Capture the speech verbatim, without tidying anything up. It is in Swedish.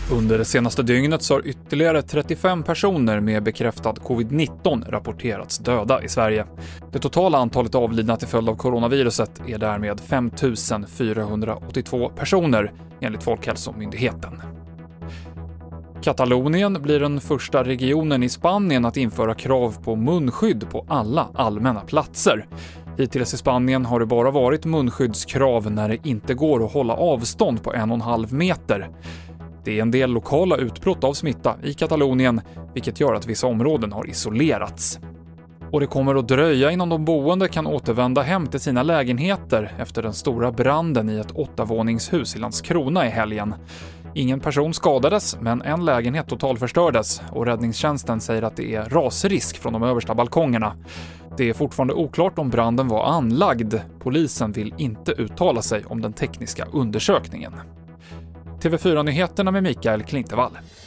Under det senaste dygnet så har ytterligare trettiofem personer med bekräftad covid nitton rapporterats döda i Sverige. Det totala antalet avlidna till följd av coronaviruset är därmed fem tusen fyrahundraåttiotvå personer enligt Folkhälsomyndigheten. Katalonien blir den första regionen i Spanien att införa krav på munskydd på alla allmänna platser. Hittills i Spanien har det bara varit munskyddskrav när det inte går att hålla avstånd på en och en halv meter. Det är en del lokala utbrott av smitta i Katalonien, vilket gör att vissa områden har isolerats. Och det kommer att dröja innan de boende kan återvända hem till sina lägenheter efter den stora branden i ett åttavåningshus i Landskrona i helgen. Ingen person skadades, men en lägenhet totalförstördes och räddningstjänsten säger att det är rasrisk från de översta balkongerna. Det är fortfarande oklart om branden var anlagd. Polisen vill inte uttala sig om den tekniska undersökningen. T V fyra-nyheterna med Mikael Klintevall.